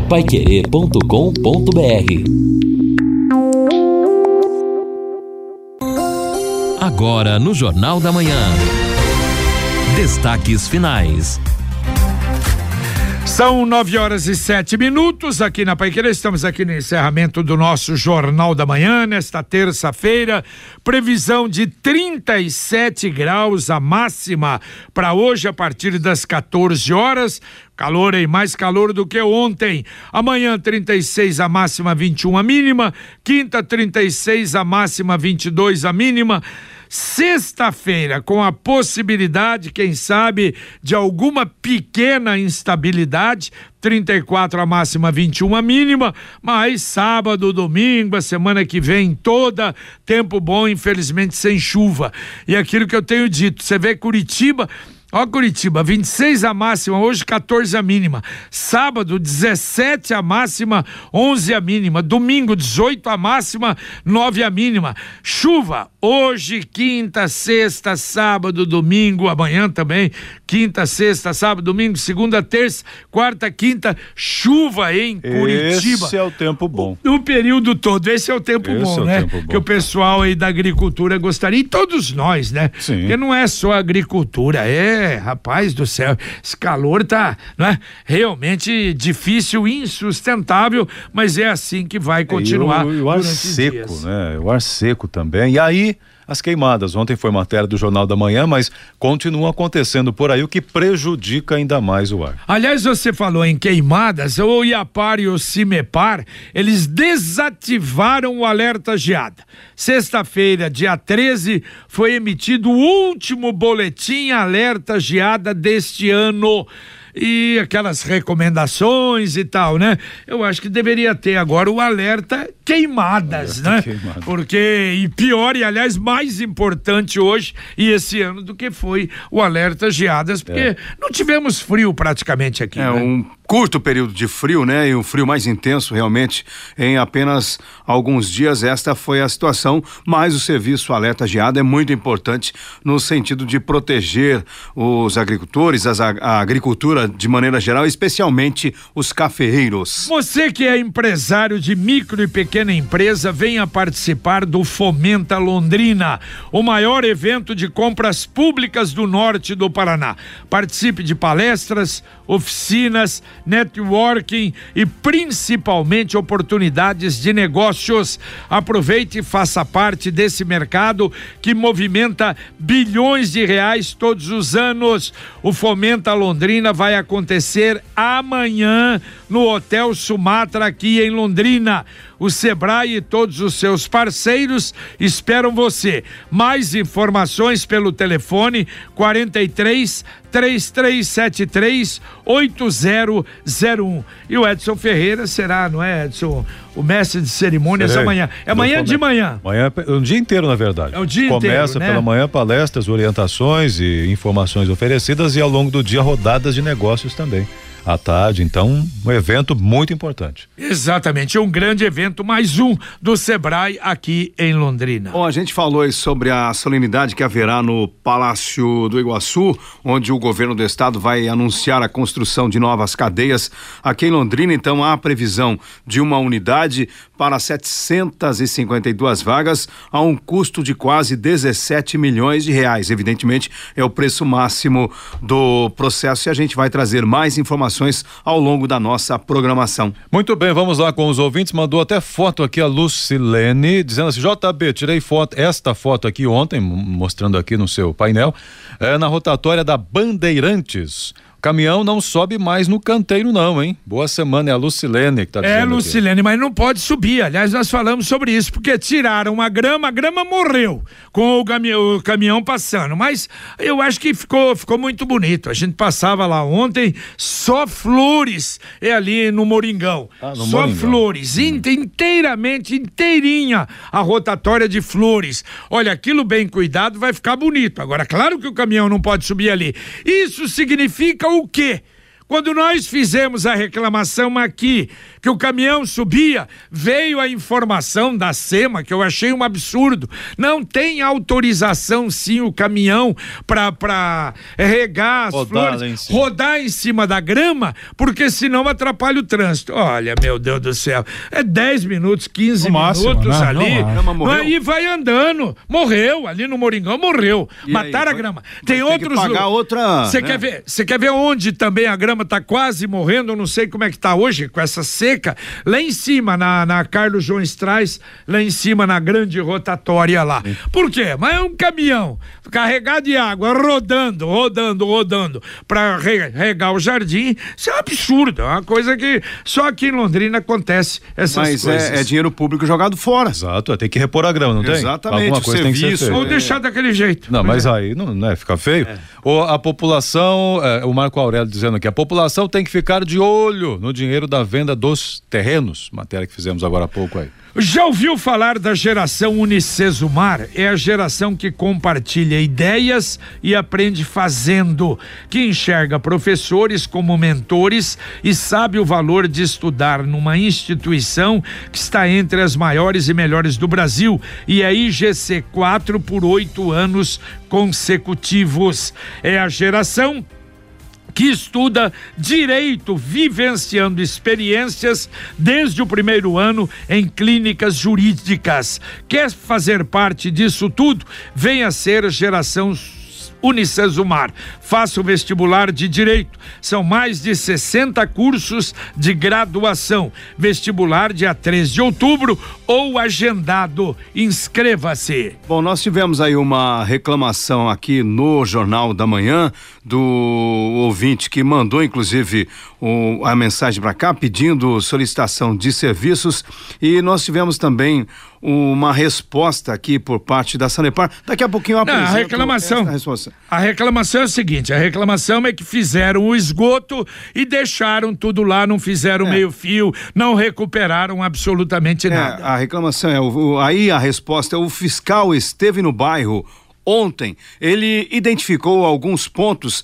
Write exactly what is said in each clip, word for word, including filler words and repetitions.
paiquerê ponto com ponto br. Agora no Jornal da Manhã. Destaques finais. São nove horas e sete minutos aqui na Paiquerê. Estamos aqui no encerramento do nosso Jornal da Manhã, nesta terça-feira. Previsão de trinta e sete graus a máxima para hoje a partir das quatorze horas. Calor, hein? Mais calor do que ontem. Amanhã trinta e seis a máxima, vinte e um a mínima. Quinta trinta e seis a máxima, vinte e dois a mínima. Sexta-feira, com a possibilidade, quem sabe, de alguma pequena instabilidade, trinta e quatro a máxima, vinte e um a mínima, mas sábado, domingo, a semana que vem toda, tempo bom, infelizmente sem chuva. E aquilo que eu tenho dito, você vê Curitiba... Ó, Curitiba, vinte e seis a máxima, hoje quatorze a mínima. Sábado, dezessete a máxima, onze a mínima. Domingo, dezoito a máxima, nove a mínima. Chuva, hoje, quinta, sexta, sábado, domingo, amanhã também. Quinta, sexta, sábado, domingo, segunda, terça, quarta, quinta. Chuva em Curitiba. Esse é o tempo bom. No período todo, esse é o tempo esse bom, é o né? Tempo bom. Que o pessoal aí da agricultura gostaria, e todos nós, né? Sim. Porque não é só a agricultura, é É, rapaz do céu, esse calor tá, não é? Realmente difícil, insustentável, mas é assim que vai continuar. É, e o, o ar seco, dias. né? O ar seco também. E aí, as queimadas. Ontem foi matéria do Jornal da Manhã, mas continuam acontecendo por aí, o que prejudica ainda mais o ar. Aliás, você falou em queimadas, o IAPAR e o CIMEPAR, eles desativaram o alerta geada. Sexta-feira, dia treze, foi emitido o último boletim alerta geada deste ano. E aquelas recomendações e tal, né? Eu acho que deveria ter agora o alerta queimadas, alerta né? Queimada. Porque, e pior, e aliás, mais importante hoje e esse ano do que foi o alerta geadas, porque é. não tivemos frio praticamente aqui. É, né? um curto período de frio, né? E um frio mais intenso realmente em apenas alguns dias. Esta foi a situação, mas o serviço alerta geada é muito importante no sentido de proteger os agricultores, as, a agricultura de maneira geral, especialmente os cafeeiros. Você que é empresário de micro e pequena empresa, venha participar do Fomenta Londrina, o maior evento de compras públicas do norte do Paraná. Participe de palestras, oficinas, networking e principalmente oportunidades de negócios. Aproveite e faça parte desse mercado que movimenta bilhões de reais todos os anos. O Fomenta Londrina vai acontecer amanhã no Hotel Sumatra aqui em Londrina. O Sebrae e todos os seus parceiros esperam você. Mais informações pelo telefone quarenta e três, três três sete três, oito zero zero um. E o Edson Ferreira será, não é, Edson, o mestre de cerimônias Serei. amanhã. É amanhã de manhã. Amanhã é o dia inteiro, na verdade. É o dia Começa inteiro, Começa né? pela manhã, palestras, orientações e informações oferecidas, e ao longo do dia rodadas de negócios também. À tarde, então, um evento muito importante. Exatamente, um grande evento, mais um do Sebrae aqui em Londrina. Bom, a gente falou aí sobre a solenidade que haverá no Palácio do Iguaçu, onde o governo do estado vai anunciar a construção de novas cadeias aqui em Londrina. Então, há a previsão de uma unidade para setecentas e cinquenta e duas vagas a um custo de quase dezessete milhões de reais. Evidentemente, é o preço máximo do processo, e a gente vai trazer mais informações ao longo da nossa programação. Muito bem, vamos lá com os ouvintes. Mandou até foto aqui a Lucilene, dizendo assim: J B, tirei foto, esta foto aqui ontem, mostrando aqui no seu painel, é na rotatória da Bandeirantes. Caminhão não sobe mais no canteiro não, hein? Boa semana, é a Lucilene que tá dizendo. É, Lucilene, aqui. Mas não pode subir. Aliás, nós falamos sobre isso, porque tiraram a grama, a grama morreu com o caminhão, o caminhão passando. Mas eu acho que ficou, ficou muito bonito. A gente passava lá ontem, só flores, é ali no Moringão. Ah, no só Moringão. flores, hum. inteiramente, inteirinha a rotatória de flores. Olha, aquilo bem cuidado vai ficar bonito. Agora, claro que o caminhão não pode subir ali. Isso significa o quê? Quando nós fizemos a reclamação aqui, que o caminhão subia, veio a informação da SEMA, que eu achei um absurdo. Não tem autorização, sim, o caminhão para para regar as rodar flores, em cima. rodar em cima da grama, porque senão atrapalha o trânsito. Olha, meu Deus do céu, é dez minutos, quinze No máximo, minutos né? ali. Não, Aí vai andando. Morreu, ali no Moringão morreu. E Mataram aí, a grama. vai Tem ter outros. que pagar outra, Você né? quer ver? Você quer ver onde também a grama tá quase morrendo? Eu não sei como é que tá hoje com essa seca. Lá em cima, na, na Carlos João Strais, lá em cima na grande rotatória lá. Sim. Por quê? Mas é um caminhão carregado de água, rodando, rodando, rodando, pra re, regar o jardim. Isso é um absurdo. É uma coisa que só aqui em Londrina acontece essas Mas coisas. é, é dinheiro público jogado fora. Exato, tem que repor a grama, não tem? Exatamente, Alguma o coisa tem que ser serviço, feita. Ou deixar daquele jeito. Não, mas aí não, não é, fica feio. É. Ou a população, é, o Marco Aurélio dizendo aqui, a população tem que ficar de olho no dinheiro da venda dos terrenos, matéria que fizemos agora há pouco aí. Já ouviu falar da geração Unicesumar? É a geração que compartilha ideias e aprende fazendo, que enxerga professores como mentores e sabe o valor de estudar numa instituição que está entre as maiores e melhores do Brasil, e a I G C quatro por oito anos consecutivos. É a geração que estuda direito, vivenciando experiências desde o primeiro ano em clínicas jurídicas. Quer fazer parte disso tudo? Venha ser geração Unicesumar. Faça o vestibular de Direito. São mais de sessenta cursos de graduação. Vestibular dia três de outubro ou agendado. Inscreva-se. Bom, nós tivemos aí uma reclamação aqui no Jornal da Manhã do ouvinte que mandou, inclusive, o, a mensagem para cá pedindo solicitação de serviços, e nós tivemos também uma resposta aqui por parte da Sanepar. Daqui a pouquinho eu apresento. Não, a reclamação, essa resposta. A reclamação é o seguinte, a reclamação é que fizeram o esgoto e deixaram tudo lá, não fizeram É. meio fio, não recuperaram absolutamente É, nada. a reclamação é, o, o, aí a resposta é: o fiscal esteve no bairro ontem, ele identificou alguns pontos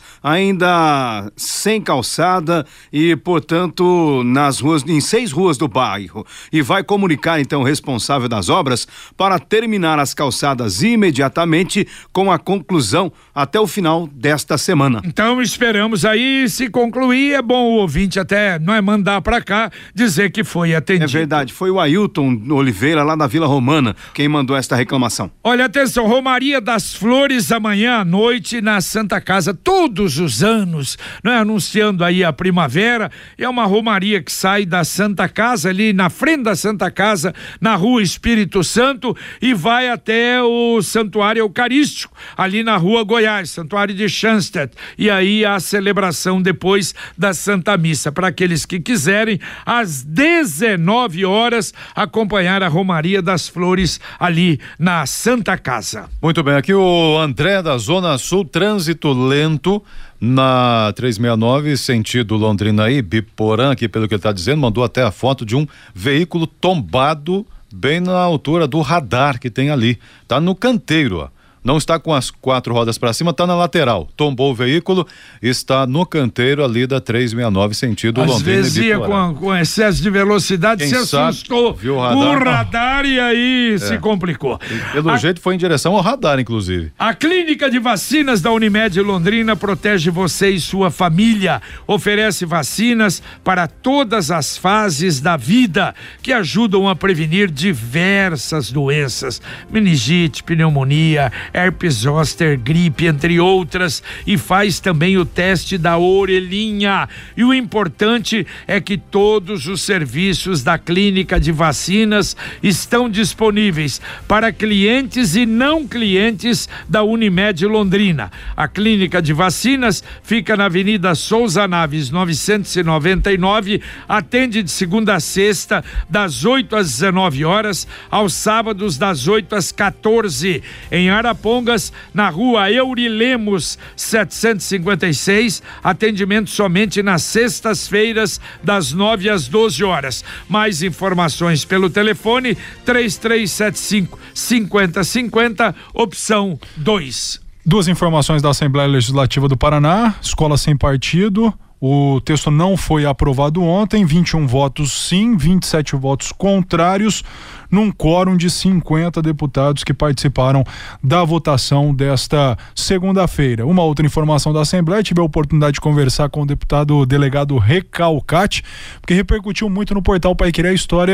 ainda sem calçada e, portanto, nas ruas, em seis ruas do bairro, e vai comunicar então o responsável das obras para terminar as calçadas imediatamente, com a conclusão até o final desta semana. Então esperamos aí, se concluir, é bom o ouvinte até, não é, mandar pra cá, dizer que foi atendido. É verdade, foi o Ailton Oliveira lá da Vila Romana quem mandou esta reclamação. Olha, atenção, Romaria das Flores amanhã à noite na Santa Casa, todos os anos, né, anunciando aí a primavera. É uma romaria que sai da Santa Casa, ali na frente da Santa Casa, na Rua Espírito Santo, e vai até o Santuário Eucarístico, ali na Rua Goiás, Santuário de Schanstedt, e aí a celebração depois da Santa Missa, para aqueles que quiserem, às dezenove horas, acompanhar a Romaria das Flores ali na Santa Casa. Muito bem, aqui o André da Zona Sul, trânsito lento na trezentos e sessenta e nove, sentido Londrina e Biporã, aqui pelo que ele está dizendo, mandou até a foto de um veículo tombado bem na altura do radar que tem ali, tá no canteiro, ó. Não está com as quatro rodas para cima, está na lateral. Tombou o veículo, está no canteiro ali da trezentos e sessenta e nove, sentido Às Londrina vezes e ia Biporã. com, com excesso de velocidade, Quem se sabe, assustou viu o o radar? radar, e aí se complicou. Pelo A- jeito foi em direção ao radar, inclusive. A Clínica de Vacinas da Unimed Londrina protege você e sua família. Oferece vacinas para todas as fases da vida que ajudam a prevenir diversas doenças: meningite, pneumonia, herpes zoster, gripe, entre outras, e faz também o teste da orelhinha. E o importante é que todos os serviços da Clínica de Vacinas estão disponíveis para clientes e não clientes da Unimed Londrina. A Clínica de Vacinas fica na Avenida Souza Naves novecentos e noventa e nove, atende de segunda a sexta, das oito às dezenove horas, aos sábados das oito às quatorze. Em Arapongas, na Rua Eurilemos setecentos e cinquenta e seis, atendimento somente nas sextas-feiras, das nove às doze horas. Mais informações pelo telefone três três sete cinco, cinco zero cinco zero, opção dois. Duas informações da Assembleia Legislativa do Paraná: escola sem partido O texto não foi aprovado ontem, vinte e um votos sim, vinte e sete votos contrários, num quórum de cinquenta deputados que participaram da votação desta segunda-feira. Uma outra informação da Assembleia, tive a oportunidade de conversar com o deputado delegado Recalcati, porque repercutiu muito no portal Paiquerê a história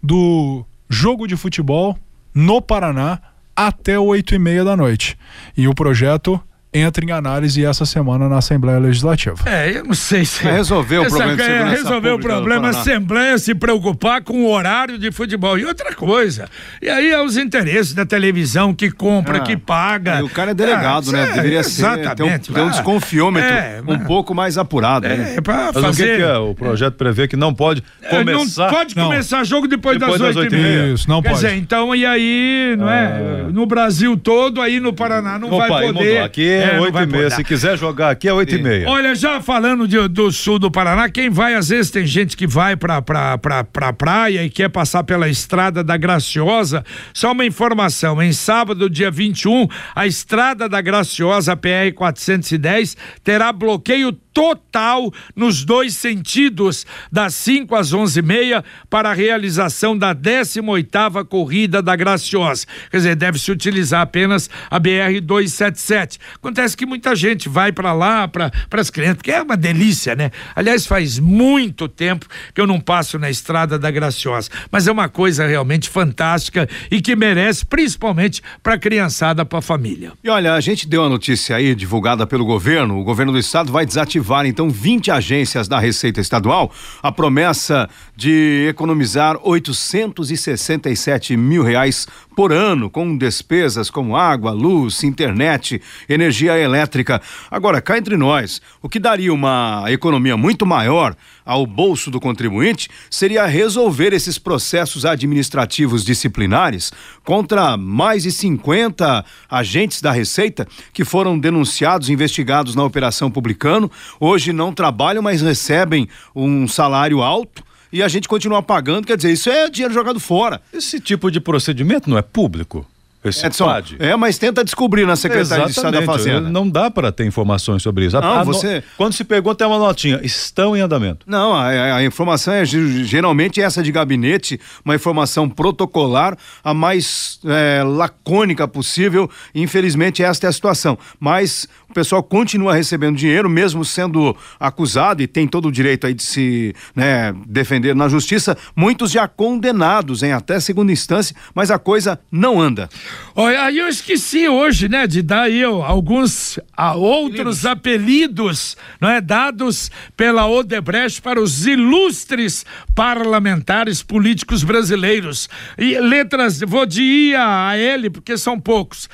do jogo de futebol no Paraná até oito e meia da noite. E o projeto entra em análise essa semana na Assembleia Legislativa. É, eu não sei se... É resolver o problema de segurança é resolver o problema, a Assembleia se preocupar com o horário de futebol. E outra coisa, e aí é os interesses da televisão que compra, ah, que paga. E o cara é delegado, ah, né? É, Deveria exatamente, ser, ter um, ter um desconfiômetro é, um mas, pouco mais apurado. É, né? Pra mas fazer... o que, que é? O projeto prevê que não pode começar... Não pode não. começar jogo depois, depois das oito e meia. Isso, não Quer pode. dizer, então, e aí, não é? Ah. No Brasil todo, aí no Paraná não Opa, vai poder. Mudou. Aqui é oito e meia, se quiser jogar aqui é oito e meia. Olha, já falando de, do sul do Paraná, quem vai, às vezes tem gente que vai pra, pra, pra, pra praia e quer passar pela Estrada da Graciosa. Só uma informação, em sábado, dia vinte e um, a Estrada da Graciosa, P R quatrocentos e dez, terá bloqueio total nos dois sentidos, das cinco às onze e meia, para a realização da décima oitava corrida da Graciosa. Quer dizer, deve-se utilizar apenas a B R duzentos e setenta e sete. Acontece que muita gente vai para lá, para as crianças, porque é uma delícia, né? Aliás, faz muito tempo que eu não passo na Estrada da Graciosa, mas é uma coisa realmente fantástica e que merece, principalmente para a criançada, para a família. E olha, a gente deu a notícia aí, divulgada pelo governo, o governo do estado vai desativar então vinte agências da Receita Estadual, a promessa de economizar oitocentos e sessenta e sete mil reais por ano, com despesas como água, luz, internet, energia elétrica. Agora, cá entre nós, o que daria uma economia muito maior ao bolso do contribuinte seria resolver esses processos administrativos disciplinares contra mais de cinquenta agentes da Receita que foram denunciados e investigados na Operação Publicano. Hoje não trabalham, mas recebem um salário alto e a gente continua pagando. Quer dizer, isso é dinheiro jogado fora. Esse tipo de procedimento não é público? Edson, é, mas tenta descobrir na Secretaria de Estado da Fazenda. Não dá para ter informações sobre isso. Não, a, a, você... Quando se pergunta, tem uma notinha, estão em andamento. Não, a, a informação é geralmente essa de gabinete, uma informação protocolar, a mais é, lacônica possível. Infelizmente, esta é a situação. Mas o pessoal continua recebendo dinheiro, mesmo sendo acusado, e tem todo o direito aí de se né, defender na justiça. Muitos já condenados em até segunda instância, mas a coisa não anda. Olha, aí eu esqueci hoje, né, de dar aí alguns a, outros apelidos, não é, dados pela Odebrecht para os ilustres parlamentares políticos brasileiros. E letras, vou de I a L, porque são poucos.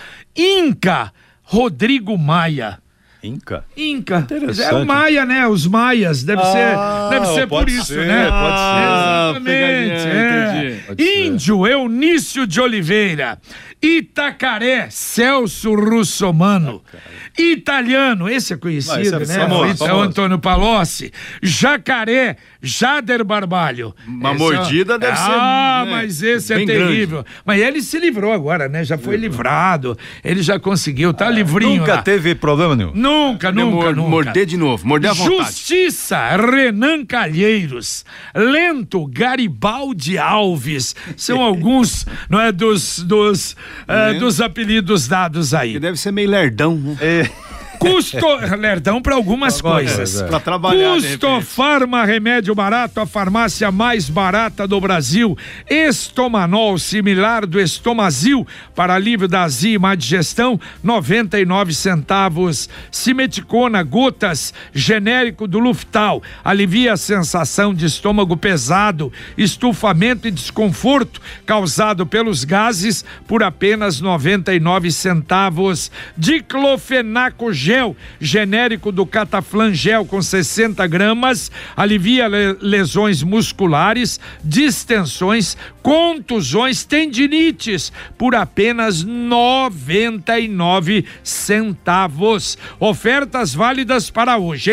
Inca Rodrigo Maia. Inca? Inca. É o Maia, né? Os maias. Deve ah, ser, deve ser por isso, ser, né? Pode ah, ser. Exatamente. É. Pode Índio, ser. Eunício de Oliveira. Itacaré, Celso Russomano. Ah, Italiano, esse é conhecido, esse é né? Famoso, famoso. Antônio Palocci. Jacaré, Jader Barbalho. Uma esse mordida é... deve ah, ser. Ah, né? Mas esse é terrível. Grande. Mas ele se livrou agora, né? Já foi livrado. Ele já conseguiu, tá ah, livrinho. Nunca lá. teve problema nenhum. Nunca, nunca, Mor- nunca. Morder de novo, morder à vontade. Justiça, Renan Calheiros. Lento, Garibaldi Alves. São alguns, não é, dos, dos, uh, dos apelidos dados aí. Ele deve ser meio lerdão, né? É. Custo, lerdão para algumas Agora, coisas. É, é. Para trabalhar. Custo Farma, remédio barato, a farmácia mais barata do Brasil. Estomanol, similar do Estomazil, para alívio da azia e má digestão, noventa e nove centavos. Simeticona, gotas, genérico do Luftal, alivia a sensação de estômago pesado, estufamento e desconforto causado pelos gases, por apenas noventa e nove centavos. Diclofenaco gel, genérico do Cataflan Gel com sessenta gramas, alivia lesões musculares, distensões, contusões, tendinites, por apenas noventa e nove centavos. Ofertas válidas para hoje, hein?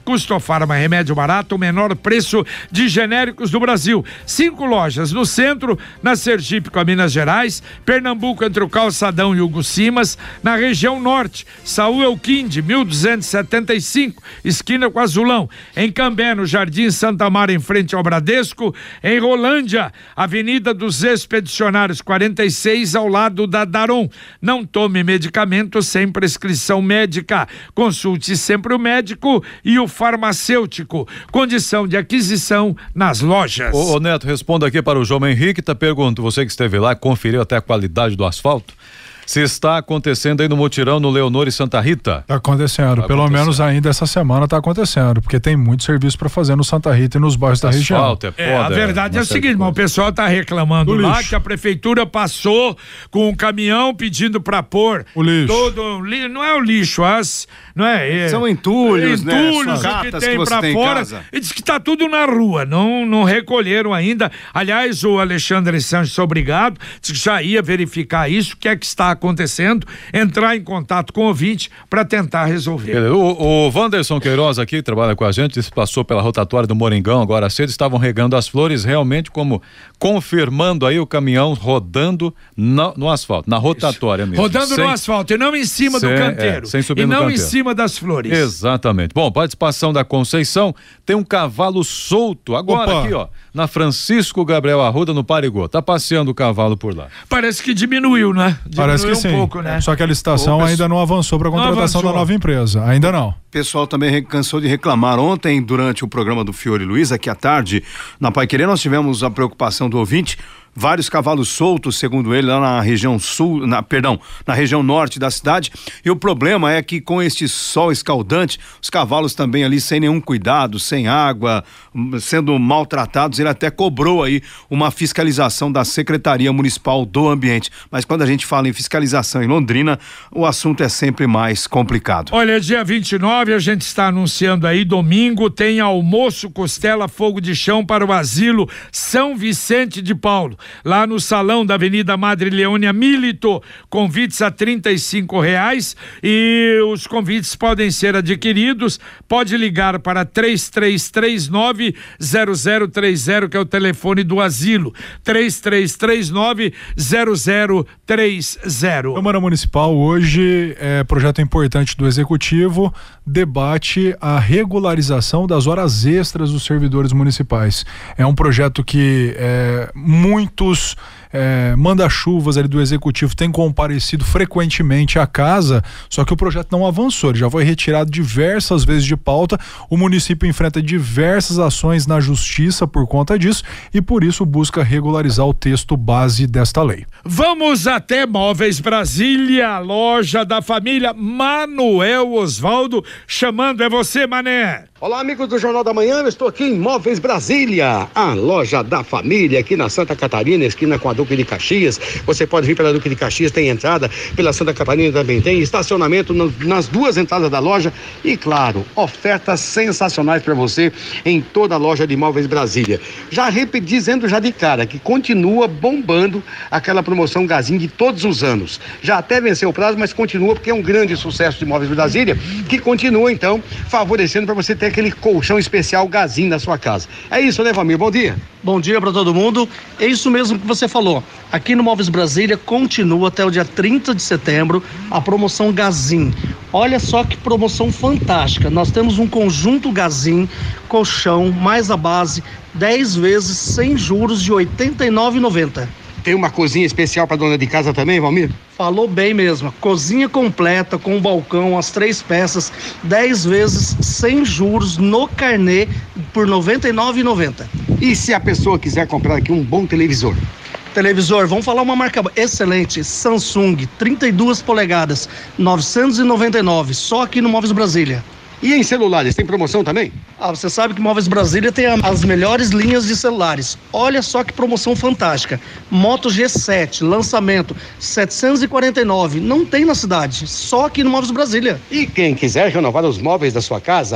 Custofarma, remédio barato, o menor preço de genéricos do Brasil. Cinco lojas no centro, na Sergipe com a Minas Gerais, Pernambuco entre o Calçadão e o Hugo Simas, na região norte, Saúl Elquinde, mil duzentos e setenta e cinco, esquina com Azulão, em Cambé, no Jardim Santa Mara, em frente ao Bradesco, em Rolândia, Avenida dos Expedicionários quarenta e seis, ao lado da Daron. Não tome medicamento sem prescrição médica. Consulte sempre o médico e o farmacêutico. Condição de aquisição nas lojas. Ô, ô Neto, responda aqui para o João Henrique, tá perguntando, você que esteve lá, conferiu até a qualidade do asfalto? Se está acontecendo aí no mutirão no Leonor e Santa Rita? Está acontecendo, tá pelo acontecendo. menos ainda essa semana está acontecendo, porque tem muito serviço para fazer no Santa Rita e nos bairros da região. É, é, a verdade é, é o seguinte, mas o pessoal está reclamando lá lixo. que a prefeitura passou com um caminhão pedindo para pôr o lixo. Todo, não é o lixo, as, não é, é são entulhos, entulhos né? que tem que para fora e diz que está tudo na rua, não, não recolheram ainda. Aliás, o Alexandre Sanches, obrigado, disse que já ia verificar isso, o que é que está acontecendo, entrar em contato com o ouvinte para tentar resolver. O, o Wanderson Queiroz aqui, trabalha com a gente, disse que passou pela rotatória do Moringão agora cedo, estavam regando as flores, realmente como confirmando aí o caminhão rodando no, no asfalto, na rotatória mesmo. Rodando sem, no asfalto e não em cima sem, do canteiro. É, sem subir e no não canteiro. Em cima das flores. Exatamente. Bom, participação da Conceição, tem um cavalo solto agora. Opa. Aqui, ó, na Francisco Gabriel Arruda, no Parigô. Tá passeando o cavalo por lá. Parece que diminuiu, né? Diminuiu Parece que um sim. pouco, né? Só que a licitação Ô, ainda não avançou para a contratação da nova empresa. Ainda não. O pessoal também cansou de reclamar. Ontem, durante o programa do Fiore Luiz, aqui à tarde, na Paiquerê, nós tivemos a preocupação do ouvinte. Vários cavalos soltos, segundo ele, lá na região sul, na, perdão, na região norte da cidade. E o problema é que com este sol escaldante, os cavalos também ali sem nenhum cuidado, sem água, sendo maltratados. Ele até cobrou aí uma fiscalização da Secretaria Municipal do Ambiente. Mas quando a gente fala em fiscalização em Londrina, o assunto é sempre mais complicado. Olha, dia vinte e nove, a gente está anunciando aí, domingo, tem almoço, costela, fogo de chão para o asilo São Vicente de Paulo. Lá no salão da Avenida Madre Leônia Milito, convites a trinta e cinco reais e os convites podem ser adquiridos, pode ligar para três três três nove zero zero três zero, que é o telefone do asilo, três três três nove zero zero três zero. Câmara Municipal hoje, é projeto importante do Executivo, debate a regularização das horas extras dos servidores municipais. É um projeto que é muito Muitos é, manda-chuvas ali do Executivo têm comparecido frequentemente à casa, só que o projeto não avançou, ele já foi retirado diversas vezes de pauta. O município enfrenta diversas ações na justiça por conta disso e por isso busca regularizar o texto base desta lei. Vamos até Móveis Brasília, loja da família Manuel Osvaldo, chamando é você, Mané. Olá, amigos do Jornal da Manhã, eu estou aqui em Móveis Brasília, a loja da família aqui na Santa Catarina, esquina com a Duque de Caxias. Você pode vir pela Duque de Caxias, tem entrada, pela Santa Catarina também tem, estacionamento no, nas duas entradas da loja e, claro, ofertas sensacionais para você em toda a loja de Móveis Brasília. Já repeti, dizendo já de cara que continua bombando aquela promoção Gazin de todos os anos. Já até venceu o prazo, mas continua porque é um grande sucesso de Móveis Brasília, que continua então favorecendo para você ter aquele colchão especial Gazin na sua casa. É isso, né, Valmir? Bom dia. Bom dia para todo mundo. É isso mesmo que você falou. Aqui no Móveis Brasília continua até o dia trinta de setembro a promoção Gazin. Olha só que promoção fantástica. Nós temos um conjunto Gazin, colchão, mais a base, dez vezes sem juros de oitenta e nove reais e noventa centavos. Tem uma cozinha especial para dona de casa também, Valmir? Falou bem mesmo. Cozinha completa com balcão, as três peças, dez vezes sem juros no carnê por noventa e nove reais e noventa centavos. E se a pessoa quiser comprar aqui um bom televisor? Televisor, vamos falar uma marca excelente, Samsung, trinta e duas polegadas, novecentos e noventa e nove, só aqui no Móveis Brasília. E em celulares, tem promoção também? Ah, você sabe que Móveis Brasília tem as melhores linhas de celulares. Olha só que promoção fantástica. Moto G sete, lançamento, setecentos e quarenta e nove. Não tem na cidade, só aqui no Móveis Brasília. E quem quiser renovar os móveis da sua casa,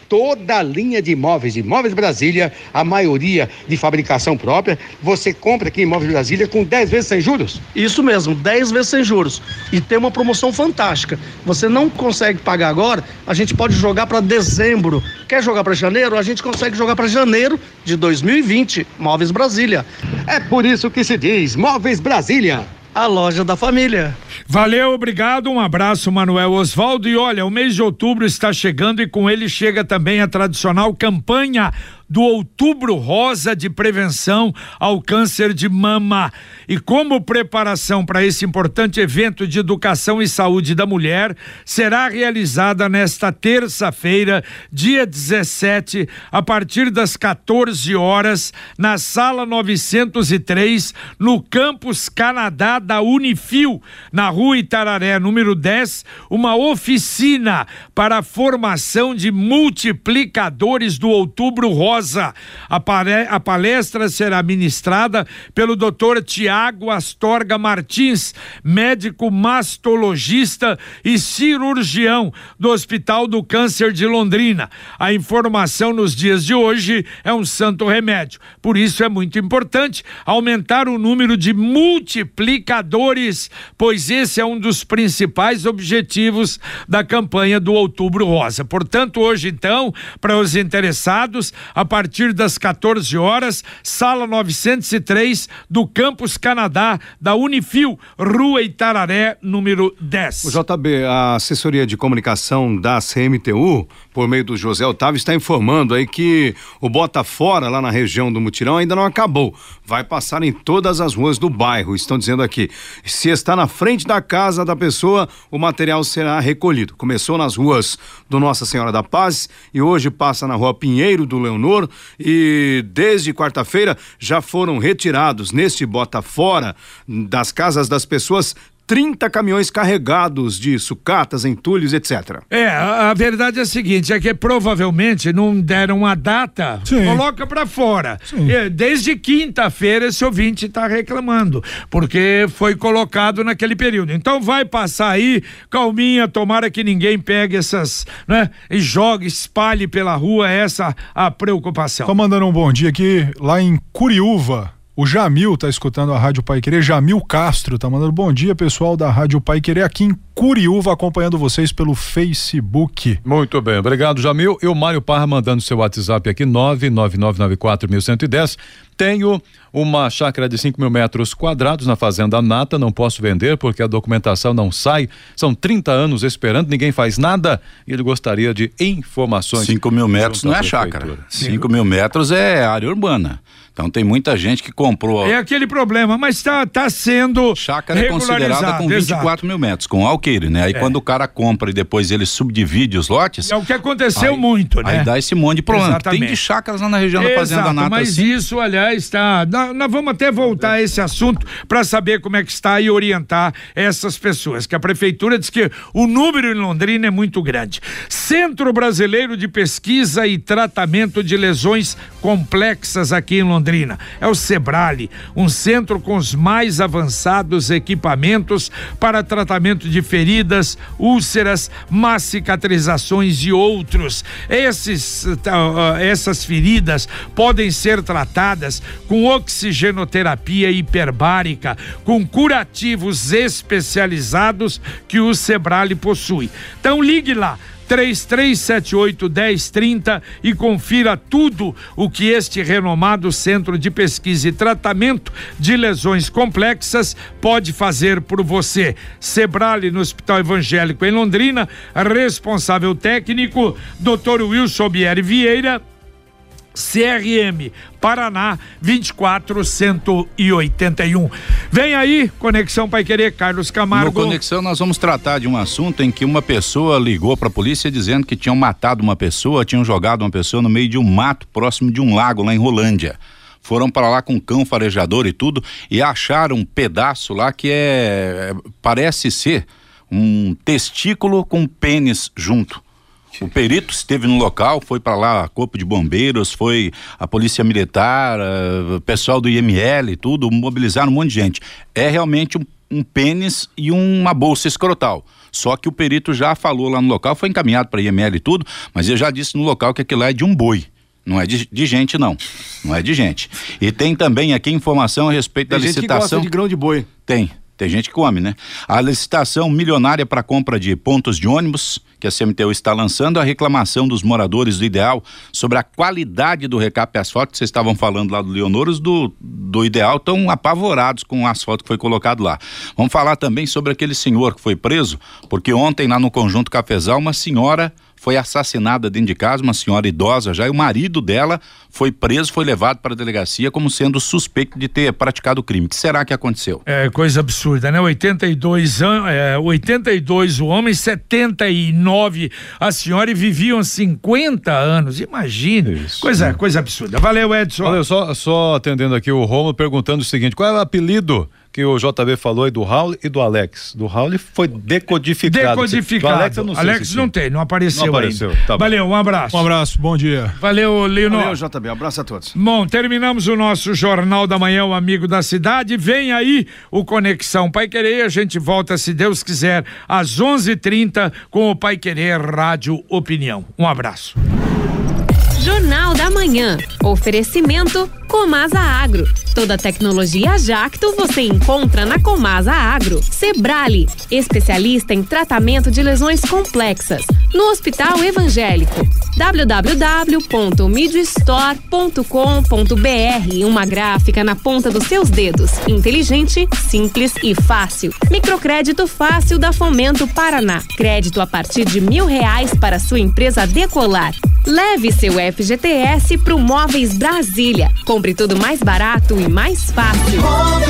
toda a linha de imóveis, Imóveis Brasília, a maioria de fabricação própria, você compra aqui em Imóveis Brasília com dez vezes sem juros? Isso mesmo, dez vezes sem juros. E tem uma promoção fantástica. Você não consegue pagar agora, a gente pode jogar para dezembro. Quer jogar para janeiro? A gente consegue jogar para janeiro de dois mil e vinte. Móveis Brasília. É por isso que se diz Móveis Brasília, a loja da família. Valeu, obrigado, um abraço, Manuel Osvaldo. E olha, o mês de outubro está chegando e com ele chega também a tradicional campanha do Outubro Rosa de prevenção ao câncer de mama. E como preparação para esse importante evento de educação e saúde da mulher, será realizada nesta terça-feira, dia dezessete, a partir das quatorze horas, na sala novecentos e três, no Campus Canadá da Unifil, na Rua Itararé, número dez, uma oficina para a formação de multiplicadores do Outubro Rosa. A, pare... a palestra será ministrada pelo doutor Tiago Astorga Martins, médico mastologista e cirurgião do Hospital do Câncer de Londrina. A informação nos dias de hoje é um santo remédio. Por isso é muito importante aumentar o número de multiplicadores, pois esse é um dos principais objetivos da campanha do Outubro Rosa. Portanto, hoje então, para os interessados, a partir das quatorze horas, sala novecentos e três do Campus Canadá da Unifil, Rua Itararé, número dez. O J B, a assessoria de comunicação da C M T U, por meio do José Otávio, está informando aí que o Bota Fora, lá na região do Mutirão, ainda não acabou. Vai passar em todas as ruas do bairro, estão dizendo aqui. Se está na frente da casa da pessoa, o material será recolhido. Começou nas ruas do Nossa Senhora da Paz e hoje passa na Rua Pinheiro do Leonor, e desde quarta-feira já foram retirados neste Bota Fora das casas das pessoas trinta caminhões carregados de sucatas, entulhos, etcétera. É, a, a verdade é a seguinte, é que provavelmente não deram a data, Sim. coloca pra fora. É, desde quinta-feira esse ouvinte tá reclamando, porque foi colocado naquele período. Então vai passar aí, calminha, tomara que ninguém pegue essas, né, e jogue, espalhe pela rua, essa a preocupação. Tô mandando um bom dia aqui, lá em Curiúva. O Jamil tá escutando a Rádio Pai Querer, Jamil Castro tá mandando bom dia, pessoal da Rádio Pai Querer aqui em Curiúva, acompanhando vocês pelo Facebook. Muito bem, obrigado, Jamil. E o Mário Parra mandando seu WhatsApp aqui, nove nove nove nove quatro um um zero. Tenho uma chácara de cinco mil metros quadrados na Fazenda Nata, não posso vender porque a documentação não sai, são trinta anos esperando, ninguém faz nada e ele gostaria de informações. cinco mil metros não é chácara, cinco mil metros é área urbana. Então tem muita gente que comprou. É aquele problema, mas tá, tá sendo chácara é considerada com vinte e quatro mil metros, com alqueire, né? Aí é. quando o cara compra e depois ele subdivide os lotes. É o que aconteceu aí, muito, né? Aí dá esse monte de problema. Tem de chácaras lá na região Exato, da Fazenda Nata. Mas assim. isso, aliás, está. Nós, nós vamos até voltar a esse assunto para saber como é que está e orientar essas pessoas. Que a prefeitura diz que o número em Londrina é muito grande. Centro Brasileiro de Pesquisa e Tratamento de Lesões Complexas aqui em Londrina. É o Sebrale, um centro com os mais avançados equipamentos para tratamento de feridas, úlceras, má cicatrizações e outros. Esses, uh, essas feridas podem ser tratadas com oxigenoterapia hiperbárica, com curativos especializados que o Sebrale possui. Então ligue lá, três três sete oito, um zero três zero e confira tudo o que este renomado Centro de Pesquisa e Tratamento de Lesões Complexas pode fazer por você. Sebrale no Hospital Evangélico em Londrina, responsável técnico, doutor Wilson Bieri Vieira, C R M Paraná vinte e quatro cento e oitenta e um. Vem aí, Conexão Pai Querer, Carlos Camargo. No Conexão nós vamos tratar de um assunto em que uma pessoa ligou para a polícia dizendo que tinham matado uma pessoa, tinham jogado uma pessoa no meio de um mato próximo de um lago lá em Rolândia. Foram para lá com cão farejador e tudo e acharam um pedaço lá que é, parece ser um testículo com pênis junto. O perito esteve no local, foi para lá corpo de bombeiros, foi a polícia militar, o pessoal do I M L, tudo, mobilizaram um monte de gente. É realmente um um pênis e uma bolsa escrotal. Só que o perito já falou lá no local, foi encaminhado para I M L e tudo, mas ele já disse no local que aquilo lá é de um boi. Não é de, de gente, não. Não é de gente. E tem também aqui informação a respeito tem da gente licitação. Que gosta de grão de boi. Tem. Tem gente que come, né? A licitação milionária para compra de pontos de ônibus, que a C M T U está lançando, a reclamação dos moradores do Ideal sobre a qualidade do recape asfalto, que vocês estavam falando lá do Leonoros, do, do Ideal, estão apavorados com o asfalto que foi colocado lá. Vamos falar também sobre aquele senhor que foi preso, porque ontem lá no Conjunto Cafezal, uma senhora foi assassinada dentro de casa, uma senhora idosa já, e o marido dela foi preso, foi levado para a delegacia como sendo suspeito de ter praticado o crime. O que será que aconteceu? É coisa absurda, né? oitenta e dois anos, é, oitenta e dois o homem, setenta e nove a senhora, e viviam cinquenta anos. Imagina. Isso, coisa, coisa absurda. Valeu, Edson. Valeu, só, só atendendo aqui o Romulo perguntando o seguinte: qual é o apelido que o J B falou aí do Raul e do Alex? Do Raul foi decodificado. Decodificado. Do Alex eu não sei. Alex se não sim. tem, não apareceu, não apareceu ainda. Tá Valeu, um abraço. Um abraço, bom dia. Valeu, Lino. Valeu, J B, um abraço a todos. Bom, terminamos o nosso Jornal da Manhã, o Amigo da Cidade. Vem aí o Conexão Pai Querer, a gente volta, se Deus quiser, às onze e trinta com o Pai Querer Rádio Opinião. Um abraço. Jornal da Manhã. Oferecimento Comasa Agro. Toda a tecnologia Jacto você encontra na Comasa Agro. Cebrale, especialista em tratamento de lesões complexas. No Hospital Evangélico. w w w ponto midstore ponto com ponto b r. Uma gráfica na ponta dos seus dedos. Inteligente, simples e fácil. Microcrédito fácil da Fomento Paraná. Crédito a partir de mil reais para sua empresa decolar. Leve seu F G T S pro Móveis Brasília. Compre tudo mais barato e mais fácil.